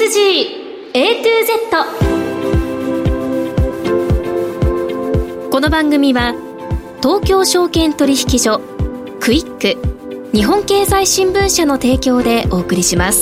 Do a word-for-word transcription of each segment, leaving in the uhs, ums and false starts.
スジー エートゥーゼット。 この番組は東京証券取引所、クイック、日本経済新聞社の提供でお送りします。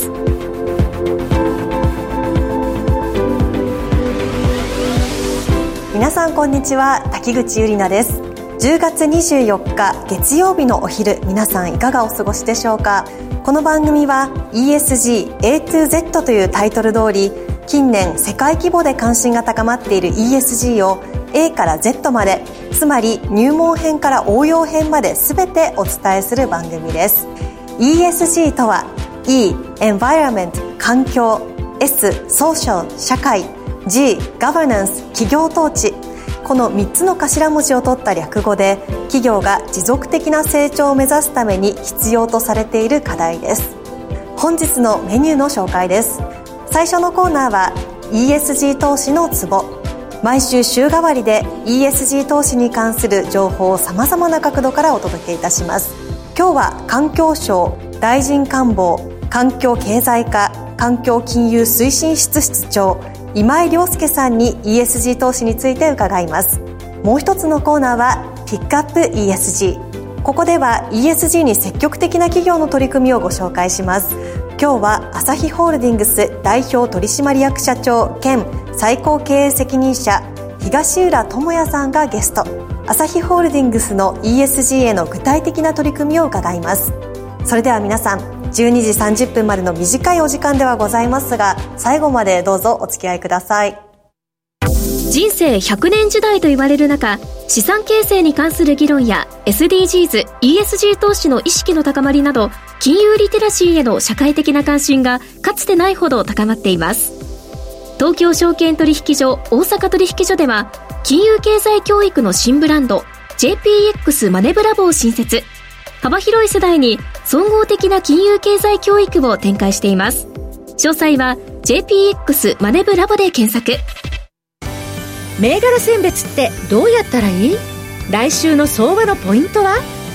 皆さんこんにちは、滝口ゆりなです。じゅうがつにじゅうよっか月曜日のお昼、皆さんいかがお過ごしでしょうか。この番組は イーエスジー エートゥーゼット というタイトル通り、近年世界規模で関心が高まっている イーエスジー を A から ゼット まで、つまり入門編から応用編まで全てお伝えする番組です。 イーエスジー とは E、Environment 環境、S、Social 社会、G、Governance 企業統治、このみっつの頭文字を取った略語で、企業が持続的な成長を目指すために必要とされている課題です。本日のメニューの紹介です。最初のコーナーは イーエスジー 投資のツボ。毎週週替わりで イーエスジー 投資に関する情報をさまざまな角度からお届けいたします。今日は環境省大臣官房環境経済課環境金融推進室室長、今井亮介さんに イーエスジー 投資について伺います。もう一つのコーナーはピックアップ イーエスジー。 ここでは イーエスジー に積極的な企業の取り組みをご紹介します。今日はアサヒホールディングス代表取締役社長兼最高経営責任者、東浦智也さんがゲスト。アサヒホールディングスの イーエスジー への具体的な取り組みを伺います。それでは皆さん、じゅうにじさんじゅっぷんまでの短いお時間ではございますが、最後までどうぞお付き合いください。 人生ひゃくねん時代と言われる中、資産形成に関する議論や エスディージーズ、イーエスジー 投資の意識の高まりなど、金融リテラシーへの社会的な関心がかつてないほど高まっています。東京証券取引所、大阪取引所では、金融経済教育の新ブランド ジェーピーエックス マネブラボを新設。幅広い世代に総合的な金融経済教育を展開しています。詳細は ジェーピーエックス マネブラボで検索。 銘柄選別ってどうやったらいい？来週の相場のポイントは？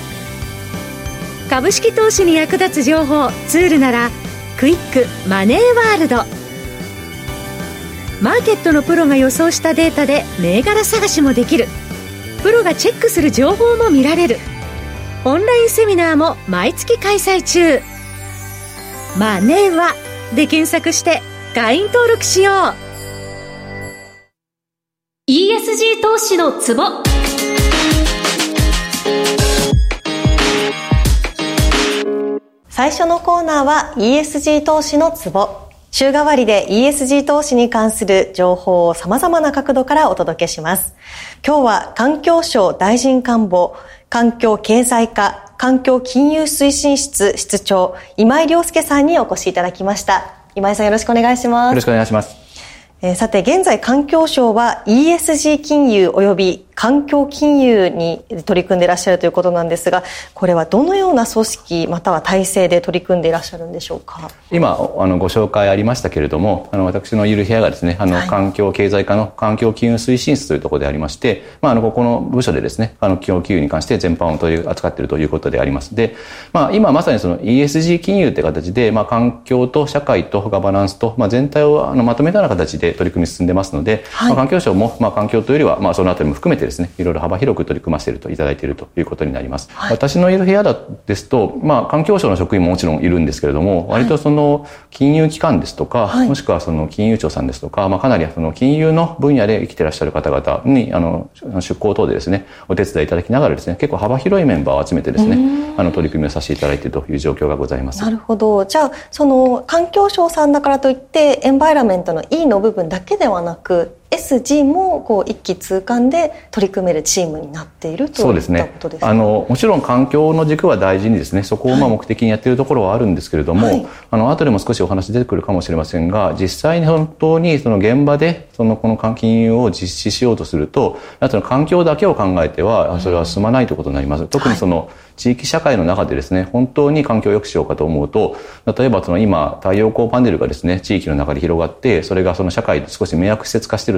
株式投資に役立つ情報ツールならクイックマネーワールド。マーケットのプロが予想したデータで銘柄探しもできる。プロがチェックする情報も見られる。オンラインセミナーも毎月開催中。マネーワで検索して会員登録しよう。 イーエスジー 投資のツボ。 最初のコーナーは イーエスジー 投資のツボ。週替わりで イーエスジー 投資に関する情報を様々な角度からお届けします。今日は環境省大臣官房環境経済課環境金融推進室室長、今井亮介さんにお越しいただきました。今井さん、よろしくお願いします。 よろしくお願いします。 えー、さて、現在環境省は イーエスジー 金融及び環境金融に取り組んでいらっしゃるということなんですが、これはどのような組織または体制で取り組んでいらっしゃるんでしょうか。 今あのご紹介ありましたけれども、あの私のいる部屋がですね、あの、はい、環境経済課の環境金融推進室というところでありまして、まあ、あのここの部署でですね、あの企業金融に関して全般を取り扱っているということであります。で、まあ、今まさにその イーエスジー 金融という形で、まあ、環境と社会とガバナンスと、まあ、全体をあのまとめたような形で取り組み進んでますので、はい、まあ、環境省も、まあ、環境というよりは、まあ、そのあたりも含めてですね、いろいろ幅広く取り組ませているといただいているということになります。はい、私のいる部屋ですと、まあ、環境省の職員ももちろんいるんですけれども、割とその金融機関ですとか、はい、もしくはその金融庁さんですとか、まあ、かなりその金融の分野で生きていらっしゃる方々にあの出向等でですね、お手伝いいただきながらですね、結構幅広いメンバーを集めてですね、あの取り組みをさせていただいているという状況がございます。 なるほど。じゃあその環境省さんだからといってエンバイラメントの E の部分だけではなく、エスジー もこう一気通貫で取り組めるチームになっているといったことですか。 あのもちろん環境の軸は大事にですね、そこをまあ目的にやっているところはあるんですけれども、はい、あの後でも少しお話出てくるかもしれませんが、実際に本当にその現場でそのこの金融を実施しようとすると、あとの環境だけを考えてはそれは進まないということになります。うん、特にその、はい、地域社会の中でですね、本当に環境を良くしようかと思うと、例えばその今太陽光パネルがですね、地域の中で広がって、それがその社会で少し迷惑施設化している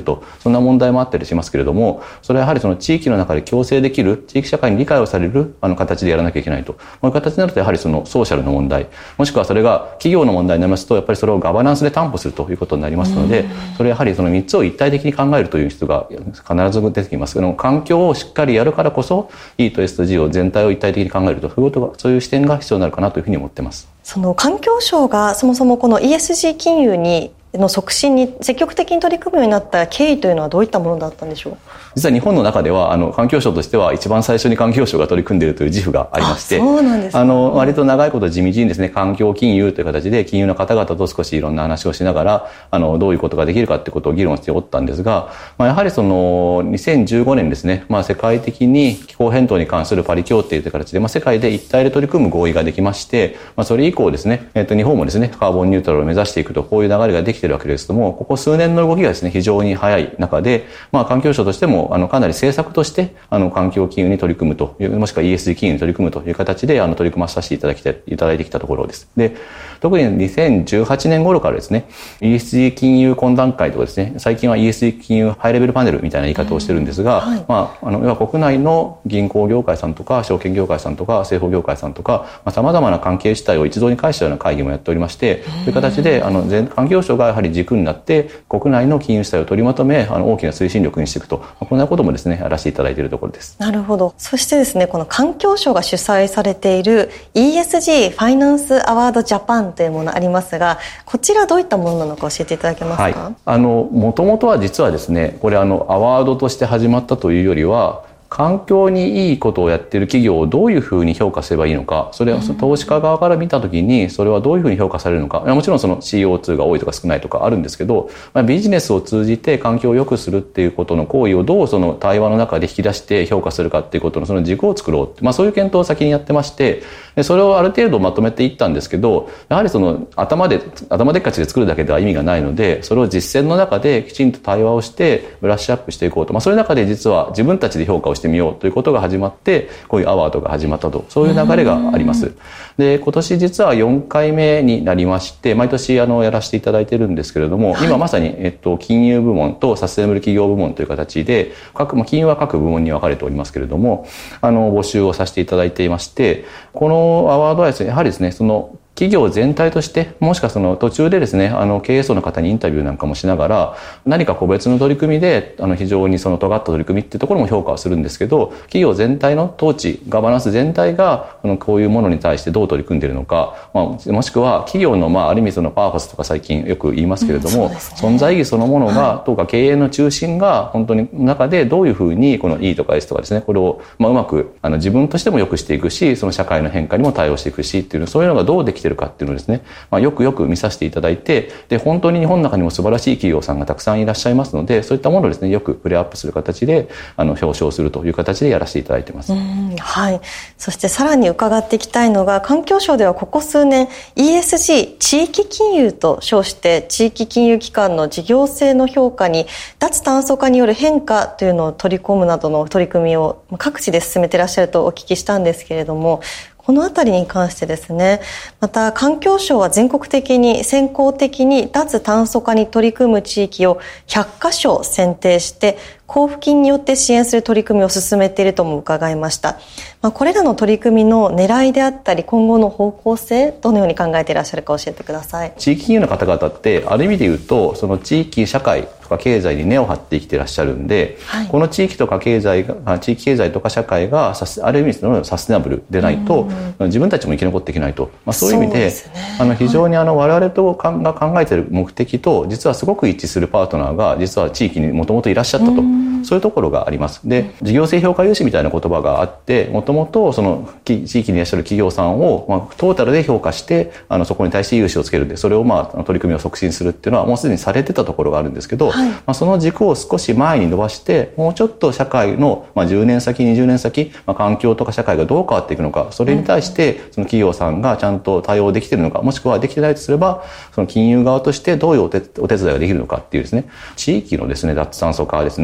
と、そんな問題もあったりしますけれども、それはやはりその地域の中で共生できる、地域社会に理解をされるあの形でやらなきゃいけないと。こういう形になるとやはりそのソーシャルの問題、もしくはそれが企業の問題になりますと、やっぱりそれをガバナンスで担保するということになりますので、それやはりそのみっつを一体的に考えるという必要が必ず出てきます。環境をしっかりやるからこそ E と エス と G を全体を一体的に考えると、そういうことが、そういう視点が必要になるかなというふうに思っています。 その環境省がそもそもこの イーエスジー 金融にの促進に積極的に取り組むようになった経緯というのはどういったものだったんでしょう。 実は日本の中ではあの環境省としては一番最初に環境省が取り組んでいるという自負がありまして、 あ、そうなんですか。 あの割と長いこと地道にですね、環境金融という形で金融の方々と少しいろんな話をしながら、あのどういうことができるかということを議論しておったんですが、まあ、やはりそのにせんじゅうごねんですね、まあ、世界的に気候変動に関するパリ協定という形で、まあ、世界で一体で取り組む合意ができまして、まあ、それ以降ですね、えっと、日本もですねカーボンニュートラルを目指していくと、こういう流れができているわけですけども、ここ数年の動きがですね非常に早い中で、まあ、環境省としてもあのかなり政策としてあの環境金融に取り組むという、もしくは イーエスジー 金融に取り組むという形であの取り組まさせていただきたいいただいてきたところです。で、特ににせんじゅうはちねん頃からですね イーエスジー 金融懇談会とかですね、最近は イーエスジー 金融ハイレベルパネルみたいな言い方をしてるんですが、はい、まあ、あの要は国内の銀行業界さんとか証券業界さんとか政府業界さんとか、まあ、様々な関係主体を一堂に会したような会議もやっておりまして、という形であの環境省がやはり軸になって国内の金融主体を取りまとめ、あの大きな推進力にしていくと、こんなこともですねやらせていただいているところです。 なるほど。そしてですね、この環境省が主催されている イーエスジー ファイナンスアワードジャパンというものありますが、こちらどういったものなのか教えていただけますか。はい、 あの元々は実はですね、これあのアワードとして始まったというよりは、環境にいいことをやっている企業をどういうふうに評価すればいいのか、それは投資家側から見たときにそれはどういうふうに評価されるのか、もちろんその シーオーツー が多いとか少ないとかあるんですけど、まあ、ビジネスを通じて環境を良くするっていうことの行為をどうその対話の中で引き出して評価するかっていうことのその軸を作ろうって、まあ、そういう検討を先にやってまして、でそれをある程度まとめていったんですけど、やはりその頭で頭でっかちで作るだけでは意味がないので、それを実践の中できちんと対話をしてブラッシュアップしていこうと、まあ、そういう中で実は自分たちで評価をしてみようということが始まって、こういうアワードが始まったと、そういう流れがあります。で、今年実はよんかいめになりまして、毎年あのやらせていただいてるんですけれども、はい、今まさにえっと金融部門とサステナブル企業部門という形で、各まあ金融は各部門に分かれておりますけれども、あの募集をさせていただいていまして、このアワードはですね、やはりですね、その企業全体として、もしくはその途中でですね、あの経営層の方にインタビューなんかもしながら、何か個別の取り組みで、あの非常にその尖った取り組みっていうところも評価をするんですけど、企業全体の統治、ガバナンス全体が、あのこういうものに対してどう取り組んでいるのか、まあ、もしくは企業のまあある意味そのパーパスとか最近よく言いますけれども、うんね、存在意義そのものが、はい、とか経営の中心が本当に中でどういうふうにこの E とか エス とかですね、これをまあうまくあの自分としても良くしていくし、その社会の変化にも対応していくしっていう、そういうのがどうできているかっていうのをですね、まあ、よくよく見させていただいて、で本当に日本の中にも素晴らしい企業さんがたくさんいらっしゃいますので、そういったものをですねよくプレアップする形であの表彰するという形でやらせていただいています。 うん、はい。そしてさらに伺っていきたいのが、環境省ではここ数年 イーエスジー 地域金融と称して地域金融機関の事業性の評価に脱炭素化による変化というのを取り込むなどの取り組みを各地で進めていらっしゃるとお聞きしたんですけれども、このあたりに関してですね、また環境省は全国的に先行的に脱炭素化に取り組む地域をひゃっかしょ選定して交付金によって支援する取り組みを進めているとも伺いました。まあ、これらの取り組みの狙いであったり今後の方向性、どのように考えていらっしゃるか教えてください。 地域金融の方々ってある意味で言うと、その地域社会とか経済に根を張って生きていらっしゃるんで、はい、この地域とか経済が地域経済とか社会がある意味のサステナブルでないと自分たちも生き残っていけないと、まあ、そういう意味 で, で、ね、あの非常にあの我々とが考えている目的と実はすごく一致するパートナーが実は地域にもともといらっしゃったと、そういうところがあります。で、事業性評価融資みたいな言葉があって、もともとその地域にいらっしゃる企業さんを、まあ、トータルで評価してあのそこに対して融資をつけるんで、それをまあ取り組みを促進するっていうのはもうすでにされてたところがあるんですけど、はい、まあ、その軸を少し前に伸ばしてもうちょっと社会の、まあ、じゅうねんさきにじゅうねんさき、まあ、環境とか社会がどう変わっていくのか、それに対してその企業さんがちゃんと対応できているのか、もしくはできてないとすればその金融側としてどういうお手、お手伝いができるのかっていうですね、地域のですね脱炭素化ですね、は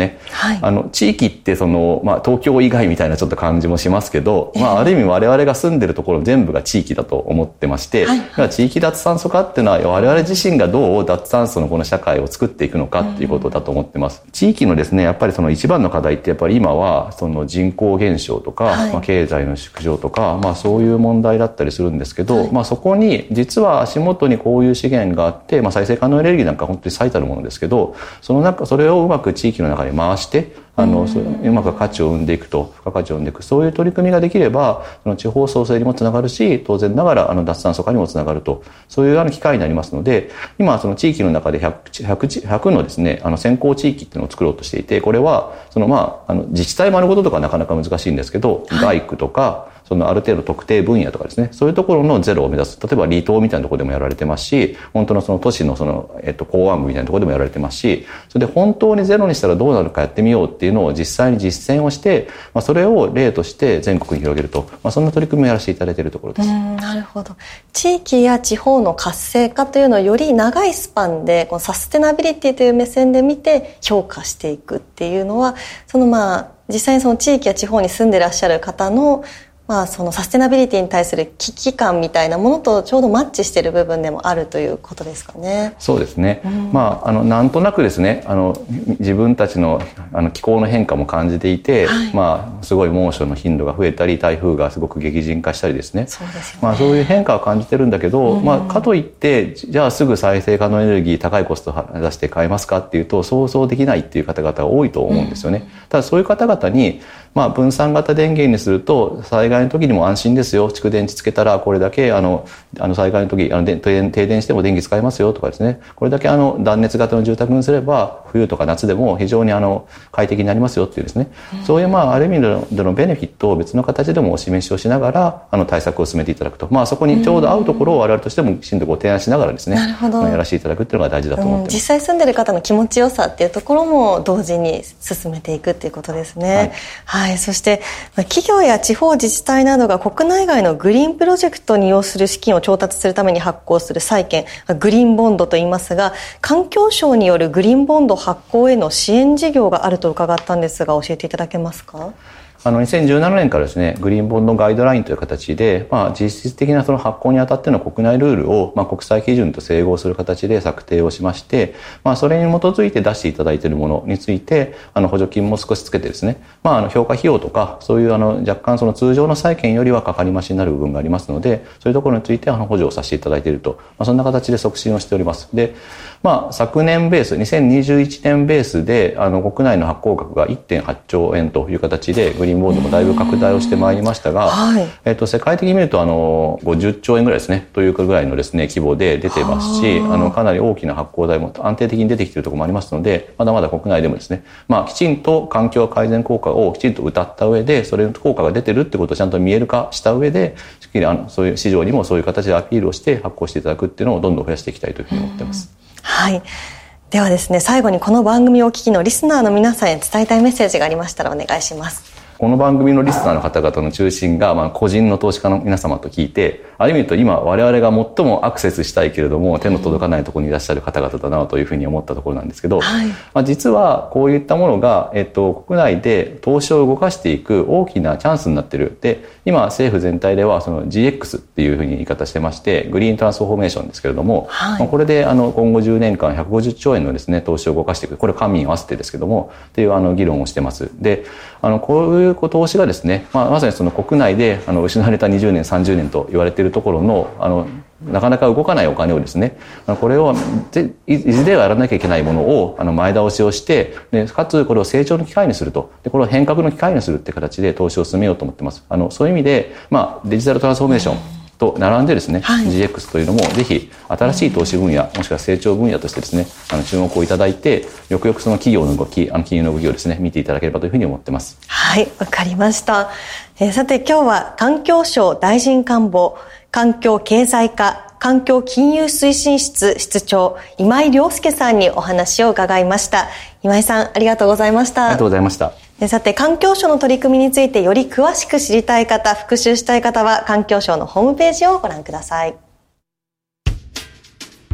はい、 あの地域ってその、まあ、東京以外みたいなちょっと感じもしますけど、えーまあ、ある意味我々が住んでるところ全部が地域だと思ってまして、はいはい、地域脱炭素化っていうのは我々自身がどう脱炭素のこの社会を作っていくのかっていうことだと思ってます。うん、地域のですねやっぱりその一番の課題ってやっぱり今はその人口減少とか、はいまあ、経済の縮小とか、まあ、そういう問題だったりするんですけど、はいまあ、そこに実は足元にこういう資源があって、まあ、再生可能エネルギーなんか本当に最たるものですけど、その中それをうまく地域の中に回してあのうまく価値を生んでいくと付加価値を生んでいく、そういう取り組みができればその地方創生にもつながるし、当然ながらあの脱炭素化にもつながると、そういうあの機会になりますので、今その地域の中で ひゃく, ひゃく, ひゃくのですねあの先行地域っていうのを作ろうとしていて、これはその、まあ、あの自治体丸ごととかなかなか難しいんですけど、はい、大工とかそのある程度特定分野とかですね、そういうところのゼロを目指す。例えば離島みたいなところでもやられてますし、本当のその都市のその、えっと、港湾部みたいなところでもやられてますし、それで本当にゼロにしたらどうなるかやってみようっていうのを実際に実践をして、まあ、それを例として全国に広げると、まあ、そんな取り組みをやらせていただいているところです。 うん、なるほど。地域や地方の活性化というのをより長いスパンでこのサステナビリティという目線で見て評価していくっていうのは、そのまあ実際にその地域や地方に住んでいらっしゃる方のまあ、そのサステナビリティに対する危機感みたいなものとちょうどマッチしている部分でもあるということですかね。 そうですね、うんまあ、あのなんとなくですねあの自分たち の, あの気候の変化も感じていて、はいまあ、すごい猛暑の頻度が増えたり台風がすごく激甚化したりですね、 そうですよね、 まあ、そういう変化を感じてるんだけど、うんまあ、かといってじゃあすぐ再生可能エネルギー高いコストを出して買えますかっていうと想像できないっていう方々が多いと思うんですよね、うん、ただそういう方々に、まあ、分散型電源にすると災害の時にも安心ですよ、蓄電池つけたらこれだけあのあの災害の時あの停電、停電しても電気使えますよとかですね、これだけあの断熱型の住宅にすれば冬とか夏でも非常にあの快適になりますよっていうですね、うん、そういうまあある意味でのベネフィットを別の形でもお示しをしながらあの対策を進めていただくと、まあ、そこにちょうど合うところを我々としてもきちんとご提案しながらですね、 なるほど、 やらせていただくっていうのが大事だと思ってます、 うん、実際住んでる方の気持ちよさっていうところも同時に進めていくっていうことですね。はい、はい、そして企業や地方自治体などが国内外のグリーンプロジェクトに要する資金を調達するために発行する債券、グリーンボンドと言いますが、環境省によるグリーンボンド発行への支援事業があると伺ったんですが、教えていただけますか？ あのにせんじゅうななねんからですね、グリーンボンドガイドラインという形で、まあ、実質的なその発行にあたっての国内ルールを、まあ、国際基準と整合する形で策定をしまして、まあ、それに基づいて出していただいているものについて、あの補助金も少しつけてですね、まあ、あの評価費用とか、そういうあの若干その通常の債券よりはかかり増しになる部分がありますので、そういうところについてあの補助をさせていただいていると、まあ、そんな形で促進をしております。で、まあ、昨年ベース、にせんにじゅういちねんベースで、あの国内の発行額が いってんはちちょうえんという形で、グリーンボンドもだいぶ拡大をしてまいりましたが、はいえっと、世界的に見るとあのごじゅっちょうえんぐらいですねというぐらいのですね規模で出てますし、あのかなり大きな発行台も安定的に出てきているところもありますので、まだまだ国内でもですね、まあ、きちんと環境改善効果をきちんと謳った上で、それの効果が出てるってことをちゃんと見える化した上で、しっかりあのそういう市場にもそういう形でアピールをして発行していただくっていうのをどんどん増やしていきたいというふうに思っています。 はい。ではですね、最後にこの番組をお聞きのリスナーの皆さんへ伝えたいメッセージがありましたらお願いします。 この番組のリスナーの方々の中心が、まあ、個人の投資家の皆様と聞いて、ある意味と今我々が最もアクセスしたいけれども手の届かないところにいらっしゃる方々だなというふうに思ったところなんですけど、はいまあ、実はこういったものが、えっと、国内で投資を動かしていく大きなチャンスになっている。で、今政府全体ではその ジーエックス っていうふうに言い方してまして、グリーントランスフォーメーションですけれども、はいまあ、これであの今後じゅうねんかんひゃくごじゅっちょうえんのですね投資を動かしていく。これ官民合わせてですけどもっていうあの議論をしてます。で、あのこういう投資がですね、まあ、まさにその国内であの失われたにじゅうねんさんじゅうねんと言われているところのあのなかなか動かないお金をですね、これをいずれはやらなきゃいけないものをあの前倒しをして、でかつこれを成長の機会にすると、でこれを変革の機会にするって形で投資を進めようと思ってます。あのそういう意味で、まあ、デジタルトランスフォーメーションと並んでですね、はい、ジーエックス というのもぜひ新しい投資分野、もしくは成長分野としてですね、あの注目をいただいて、よくよくその企業の動き、あの金融の動きをですね、見ていただければというふうに思ってます。 はい、わかりました。えー、さて今日は環境省大臣官房環境経済課環境金融推進室室長今井亮介さんにお話を伺いました。今井さん、ありがとうございました。 ありがとうございました。 さて、環境省の取り組みについてより詳しく知りたい方、復習したい方は環境省のホームページをご覧ください。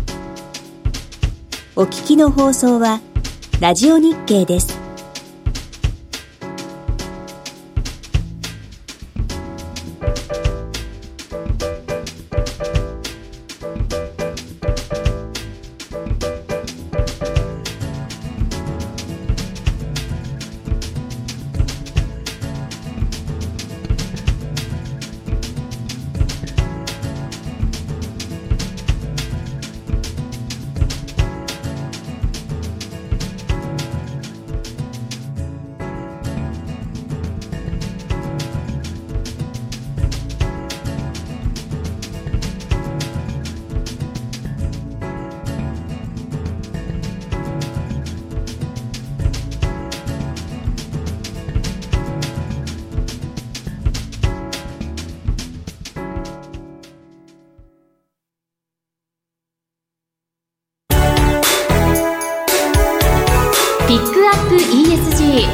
お聞きの放送はラジオ日経です。 ー。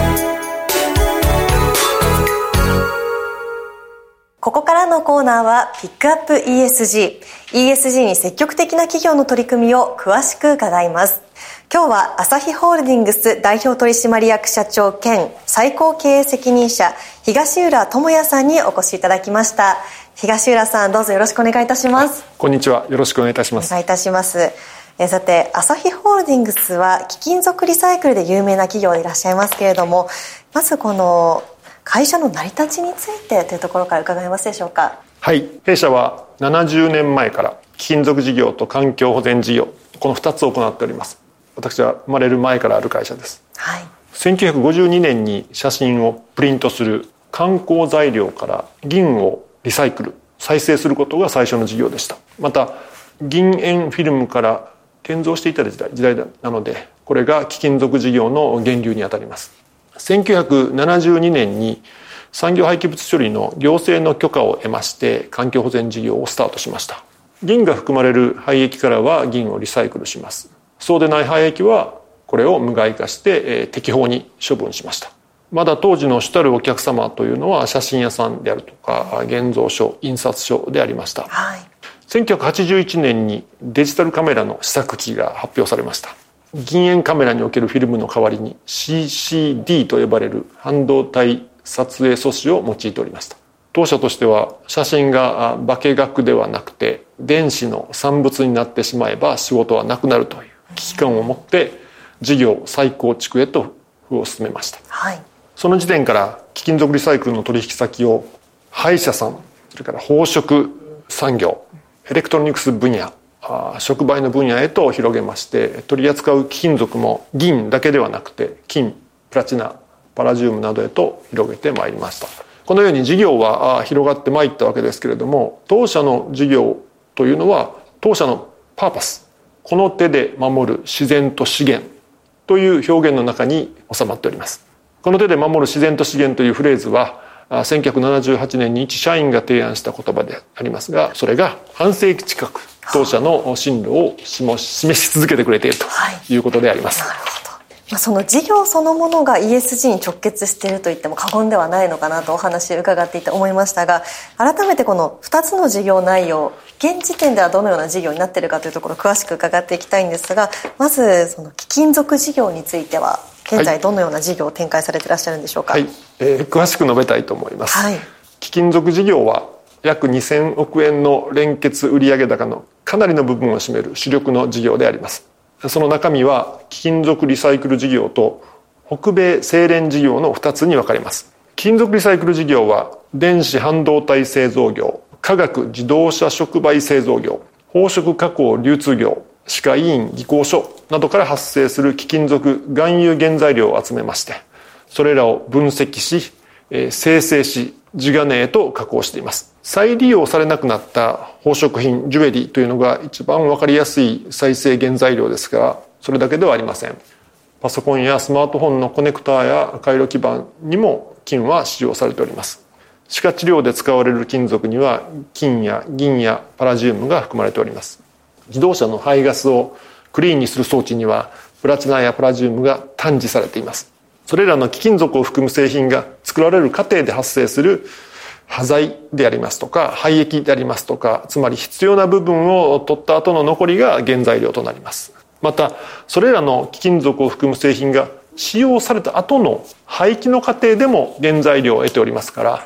ここからのコーナーはピックアップ イーエスジー。イーエスジー に積極的な企業の取り組みを詳しく伺います。今日はアサヒホールディングス代表取締役社長兼最高経営責任者東浦智也さんにお越しいただきました。東浦さん、どうぞよろしくお願いいたします。 こんにちは、よろしくお願いいたします。 お願いいたします。えさて、アサヒホールディングスは貴金属リサイクルで有名な企業でいらっしゃいますけれども、まずこの会社の成り立ちについてというところから伺えますでしょうか。 はい、弊社はななじゅうねんまえから貴金属事業と環境保全事業、このふたつを行っております。私は生まれる前からある会社です。 はい、 せんきゅうひゃくごじゅうにねんに写真をプリントする観光材料から銀をリサイクル再生することが最初の事業でした。また銀塩フィルムから建造していた時代時代なので、これが貴金属事業の源流にあたります。せんきゅうひゃくななじゅうにねんに産業廃棄物処理の行政の許可を得まして環境保全事業をスタートしました。銀が含まれる廃液からは銀をリサイクルします。そうでない廃液はこれを無害化して、えー、適法に処分しました。まだ当時の主たるお客様というのは写真屋さんであるとか現像所、印刷所でありました。 はい、 せんきゅうひゃくはちじゅういちねんにデジタルカメラの試作機が発表されました。銀塩カメラにおけるフィルムの代わりに シーシーディー と呼ばれる半導体撮影素子を用いておりました。当社としては写真が化学ではなくて電子の産物になってしまえば仕事はなくなるという危機感を持って事業再構築へと歩を進めました。 はい、その時点から貴金属リサイクルの取引先を歯医者さん、それから宝飾産業、エレクトロニクス分野、触媒の分野へと広げまして、取り扱う貴金属も銀だけではなくて金、プラチナ、パラジウムなどへと広げてまいりました。このように事業は広がってまいったわけですけれども、当社の事業というのは当社のパーパス、この手で守る自然と資源という表現の中に収まっております。この手で守る自然と資源というフレーズはせんきゅうひゃくななじゅうはちねんに一社員が提案した言葉でありますが、それが半世紀近く当社の進路を示し続けてくれているということであります。 はい、なるほど。その事業そのものが イーエスジー に直結していると言っても過言ではないのかなとお話を伺っていて思いましたが、改めてこのふたつの事業内容、現時点ではどのような事業になっているかというところを詳しく伺っていきたいんですが、まずその貴金属事業については現在どのような事業を展開されていらっしゃるんでしょうか。 はい、えー、詳しく述べたいと思います。 はい、 貴金属事業は約にせんおくえんの連結売上高のかなりの部分を占める主力の事業であります。その中身は貴金属リサイクル事業と北米精錬事業のふたつに分かれます。貴金属リサイクル事業は電子半導体製造業、化学自動車触媒製造業、宝飾加工流通業、歯科医院技工所などから発生する貴金属含有原材料を集めまして、それらを分析し、精製し地金へと加工しています。再利用されなくなった宝飾品、ジュエリーというのが一番わかりやすい再生原材料ですが、それだけではありません。パソコンやスマートフォンのコネクターや回路基板にも金は使用されております。歯科治療で使われる金属には金や銀やパラジウムが含まれております。自動車の排ガスをクリーンにする装置にはプラチナやパラジウムが単示されています。それらの貴金属を含む製品が作られる過程で発生する端材でありますとか廃液でありますとか、つまり必要な部分を取った後の残りが原材料となります。またそれらの貴金属を含む製品が使用された後の廃棄の過程でも原材料を得ておりますから、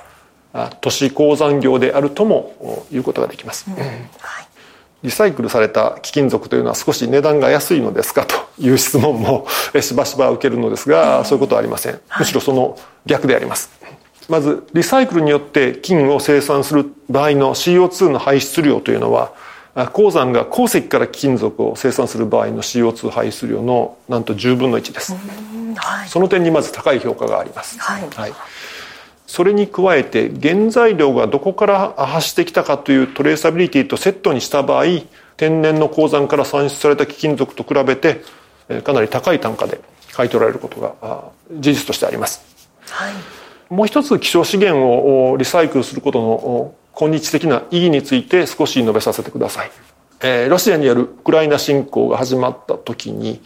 都市鉱山業であるとも言うことができます。うん、はい、リサイクルされた貴金属というのは少し値段が安いのですかという質問もしばしば受けるのですが、そういうことはありません。むしろその逆であります。まずリサイクルによって金を生産する場合の シーオーツー の排出量というのは、鉱山が鉱石から貴金属を生産する場合の シーオーツー 排出量のなんとじゅうぶんのいちです。はい、その点にまず高い評価があります。はいはい、それに加えて原材料がどこから発してきたかというトレーサビリティとセットにした場合、天然の鉱山から産出された貴金属と比べてかなり高い単価で買い取られることが事実としてあります。はい、もう一つ希少資源をリサイクルすることの今日的な意義について少し述べさせてください。えー、ロシアによるウクライナ侵攻が始まった時に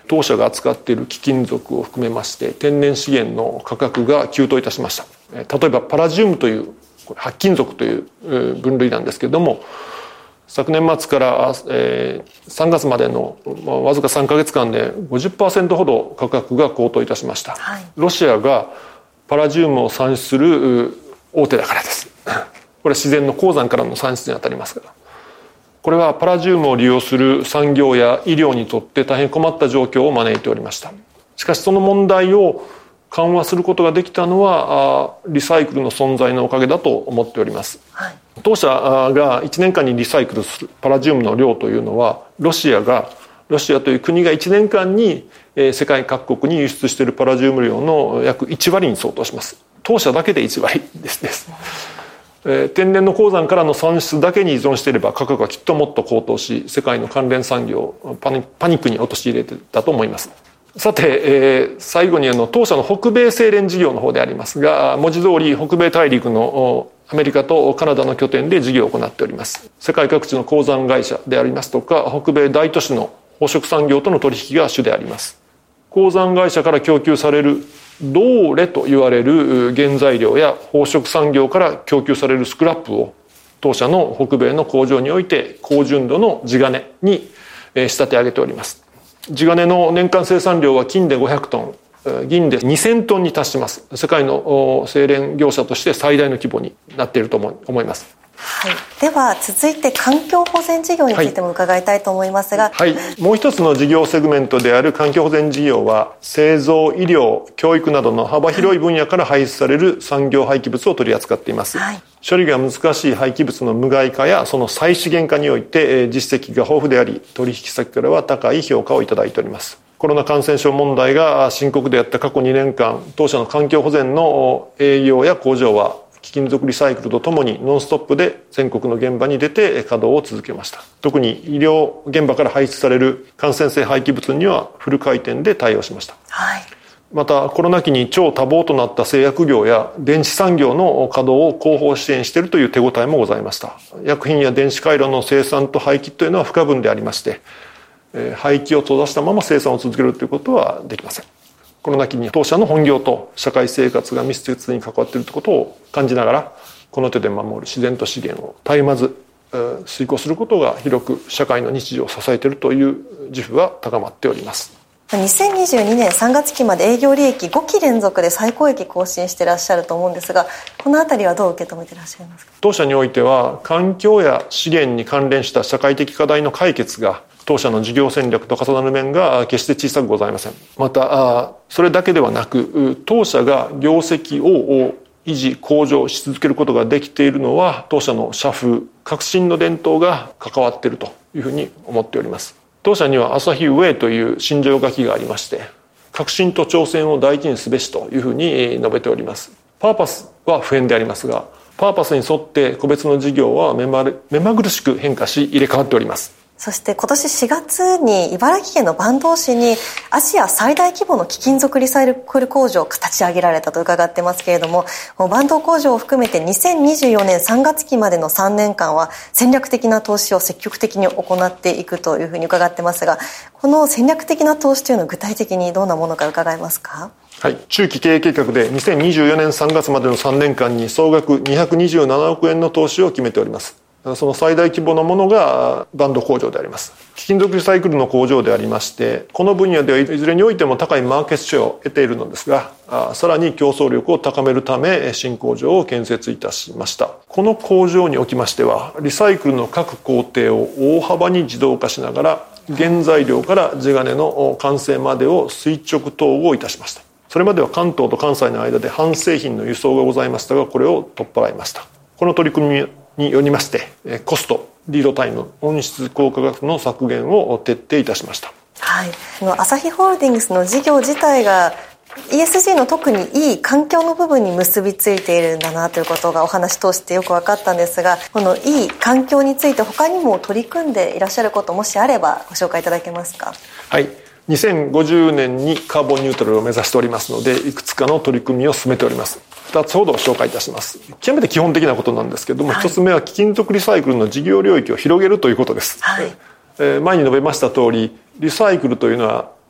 当社が扱っている貴金属を含めまして天然資源の価格が急騰いたしました。例えばパラジウムという白金属という分類なんですけれども、昨年末からさんがつまでのわずかさんかげつかんで ごじゅっパーセント ほど価格が高騰いたしました。はい、ロシアがパラジウムを産出する大手だからです。これは自然の鉱山からの産出にあたりますから。これはパラジウムを利用する産業や医療にとって大変困った状況を招いておりました。しかしその問題を緩和することができたのはリサイクルの存在のおかげだと思っております。はい、当社がいちねんかんにリサイクルするパラジウムの量というのはロシアがロシアという国がいちねんかんに世界各国に輸出しているパラジウム量の約いちわりに相当します。当社だけでいちわりですです。天然の鉱山からの産出だけに依存していれば価格はきっともっと高騰し、世界の関連産業をパニックに陥れてたと思います。さて、えー、最後にあの当社の北米精錬事業の方でありますが、文字通り北米大陸のアメリカとカナダの拠点で事業を行っております。世界各地の鉱山会社でありますとか、北米大都市の宝飾産業との取引が主であります。鉱山会社から供給される銅レと言われる原材料や宝飾産業から供給されるスクラップを当社の北米の工場において高純度の地金に仕立て上げております。地金の年間生産量は金でごひゃくトン、銀でにせんトンに達します。世界の精錬業者として最大の規模になっていると思います。 はい、では続いて環境保全事業についても伺いたいと思いますが、 はいはい、もう一つの事業セグメントである環境保全事業は製造、医療、教育などの幅広い分野から排出される産業廃棄物を取り扱っています。はい、処理が難しい廃棄物の無害化やその再資源化において実績が豊富であり、取引先からは高い評価をいただいております。コロナ感染症問題が深刻であった過去にねんかん、当社の環境保全の営業や工場は貴金属リサイクルとともにノンストップで全国の現場に出て稼働を続けました。特に医療現場から排出される感染性廃棄物にはフル回転で対応しました。はい、またコロナ期に超多忙となった製薬業や電子産業の稼働を広報支援しているという手応えもございました。薬品や電子回路の生産と廃棄というのは不可分でありまして、廃棄を閉ざしたまま生産を続けるということはできません。コロナ期に当社の本業と社会生活が密接に関わっているということを感じながら、この手で守る自然と資源を絶えまず遂行することが広く社会の日常を支えているという自負は高まっております。 にせんにじゅうにねんさんがつきまで営業利益ごき連続で最高益更新していらっしゃると思うんですが、このあたりはどう受け止めていらっしゃいますか。 当社においては環境や資源に関連した社会的課題の解決が当社の事業戦略と重なる面が決して小さくございません。またそれだけではなく、当社が業績を維持向上し続けることができているのは当社の社風、革新の伝統が関わっているというふうに思っております。当社にはアサヒウェイという信条書きがありまして、革新と挑戦を大事にすべしというふうに述べております。パーパスは不変でありますが、パーパスに沿って個別の事業は目まぐるしく変化し入れ替わっております。 そして今年しがつに茨城県の坂東市にアジア最大規模の貴金属リサイクル工場を立ち上げられたと伺ってますけれども、坂東工場を含めてにせんにじゅうよねんさんがつきまでのさんねんかんは戦略的な投資を積極的に行っていくというふうに伺ってますが、この戦略的な投資というのは具体的にどんなものか伺えますか。 はい、中期経営計画でにせんにじゅうよねんさんがつまでのさんねんかんに総額にひゃくにじゅうななおくえんの投資を決めております。その最大規模のものがバンド工場であります。貴金属リサイクルの工場でありまして、この分野ではいずれにおいても高いマーケットシェアを得ているのですが、さらに競争力を高めるため新工場を建設いたしました。この工場におきましては、リサイクルの各工程を大幅に自動化しながら、原材料から地金の完成までを垂直統合いたしました。それまでは関東と関西の間で半製品の輸送がございましたが、これを取っ払いました。この取り組みによりまして、コスト、リードタイム、温室効果ガスの削減を徹底いたしました。 はい、アサヒホールディングスの事業自体が イーエスジー の特にいい環境の部分に結びついているんだなということがお話通してよく分かったんですが、このいい環境について他にも取り組んでいらっしゃることもしあればご紹介いただけますか。 はい、にせんごじゅうねんにカーボンニュートラルを目指しておりますので、いくつかの取り組みを進めております。ふたつほど紹介いたします。極めて基本的なことなんですけれども、はい、ひとつめは貴金属リサイクルの事業領域を広げるということです。はい、えー、前に述べました通り、リサイクルというのは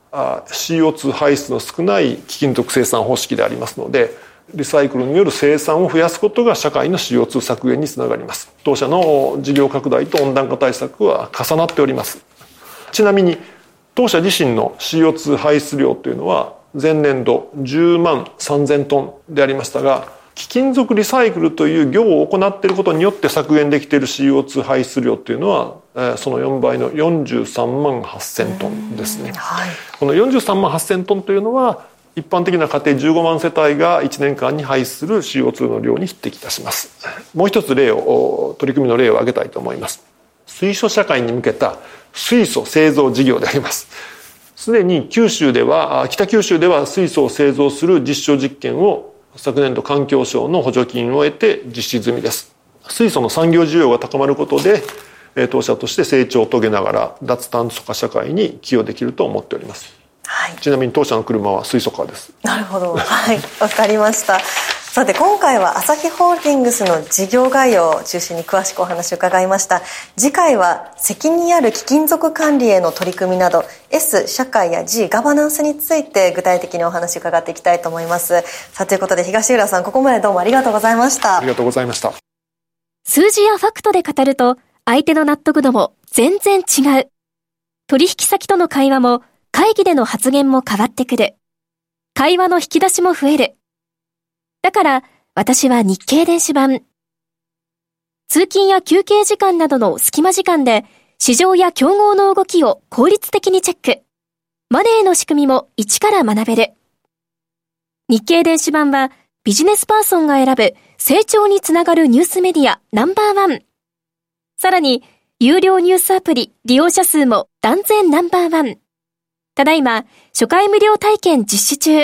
シーオーツー 排出の少ない貴金属生産方式でありますので、リサイクルによる生産を増やすことが社会の シーオーツー 削減につながります。当社の事業拡大と温暖化対策は重なっております。ちなみに当社自身の シーオーツー 排出量というのは前年度じゅうまんさんぜんトンでありましたが、貴金属リサイクルという業を行っていることによって削減できている シーオーツー 排出量というのはそのよんばいのよんじゅうさんまんはっせんトンですね、はい、このよんじゅうさんまんはっせんトンというのは一般的な家庭じゅうごまん世帯がいちねんかんに排出する シーオーツー の量に匹敵いたします。もう一つ例を取り組みの例を挙げたいと思います。水素社会に向けた水素製造事業であります。すでに九州では北九州では水素を製造する実証実験を昨年度環境省の補助金を得て実施済みです。水素の産業需要が高まることで当社として成長を遂げながら脱炭素化社会に寄与できると思っております、はい、ちなみに当社の車は水素カーです。 なるほど、はい、わかりました。さて今回はアサヒホールディングスの事業概要を中心に詳しくお話を伺いました。次回は責任ある貴金属管理への取り組みなど S 社会や G ガバナンスについて具体的にお話を伺っていきたいと思います。さあということで東浦さん、ここまでどうもありがとうございました。 ありがとうございました。 数字やファクトで語ると相手の納得度も全然違う。取引先との会話も会議での発言も変わってくる。会話の引き出しも増える。だから私は日経電子版。通勤や休憩時間などの隙間時間で市場や競合の動きを効率的にチェック。マネーの仕組みも一から学べる。日経電子版はビジネスパーソンが選ぶ成長につながるニュースメディアナンバーワン。さらに有料ニュースアプリ利用者数も断然ナンバーワン。ただいま初回無料体験実施中。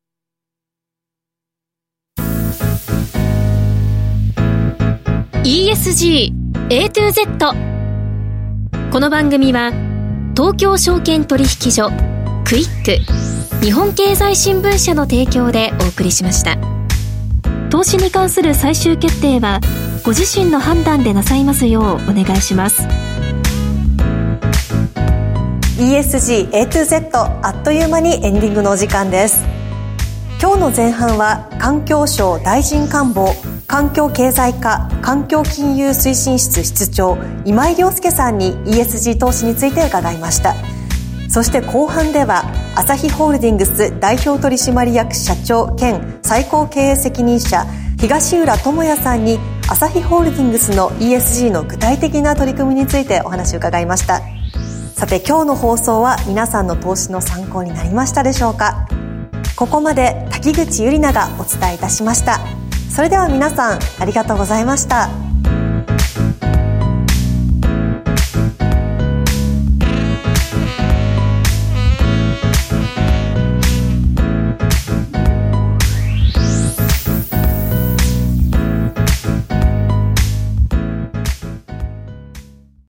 イーエスジー エートゥーゼット。 この番組は東京証券取引所、クイック、日本経済新聞社の提供でお送りしました。投資に関する最終決定はご自身の判断でなさいますようお願いします。 イーエスジー エートゥーゼット あっという間にエンディングのお時間です。今日の前半は環境省大臣官房環境経済課環境金融推進室室長今井亮介さんに イーエスジー 投資について伺いました。そして後半ではアサヒホールディングス代表取締役社長兼最高経営責任者東浦智也さんにアサヒホールディングスの イーエスジー の具体的な取り組みについてお話を伺いました。さて今日の放送は皆さんの投資の参考になりましたでしょうか。ここまで滝口ゆりながお伝えいたしました。それでは皆さんありがとうございました。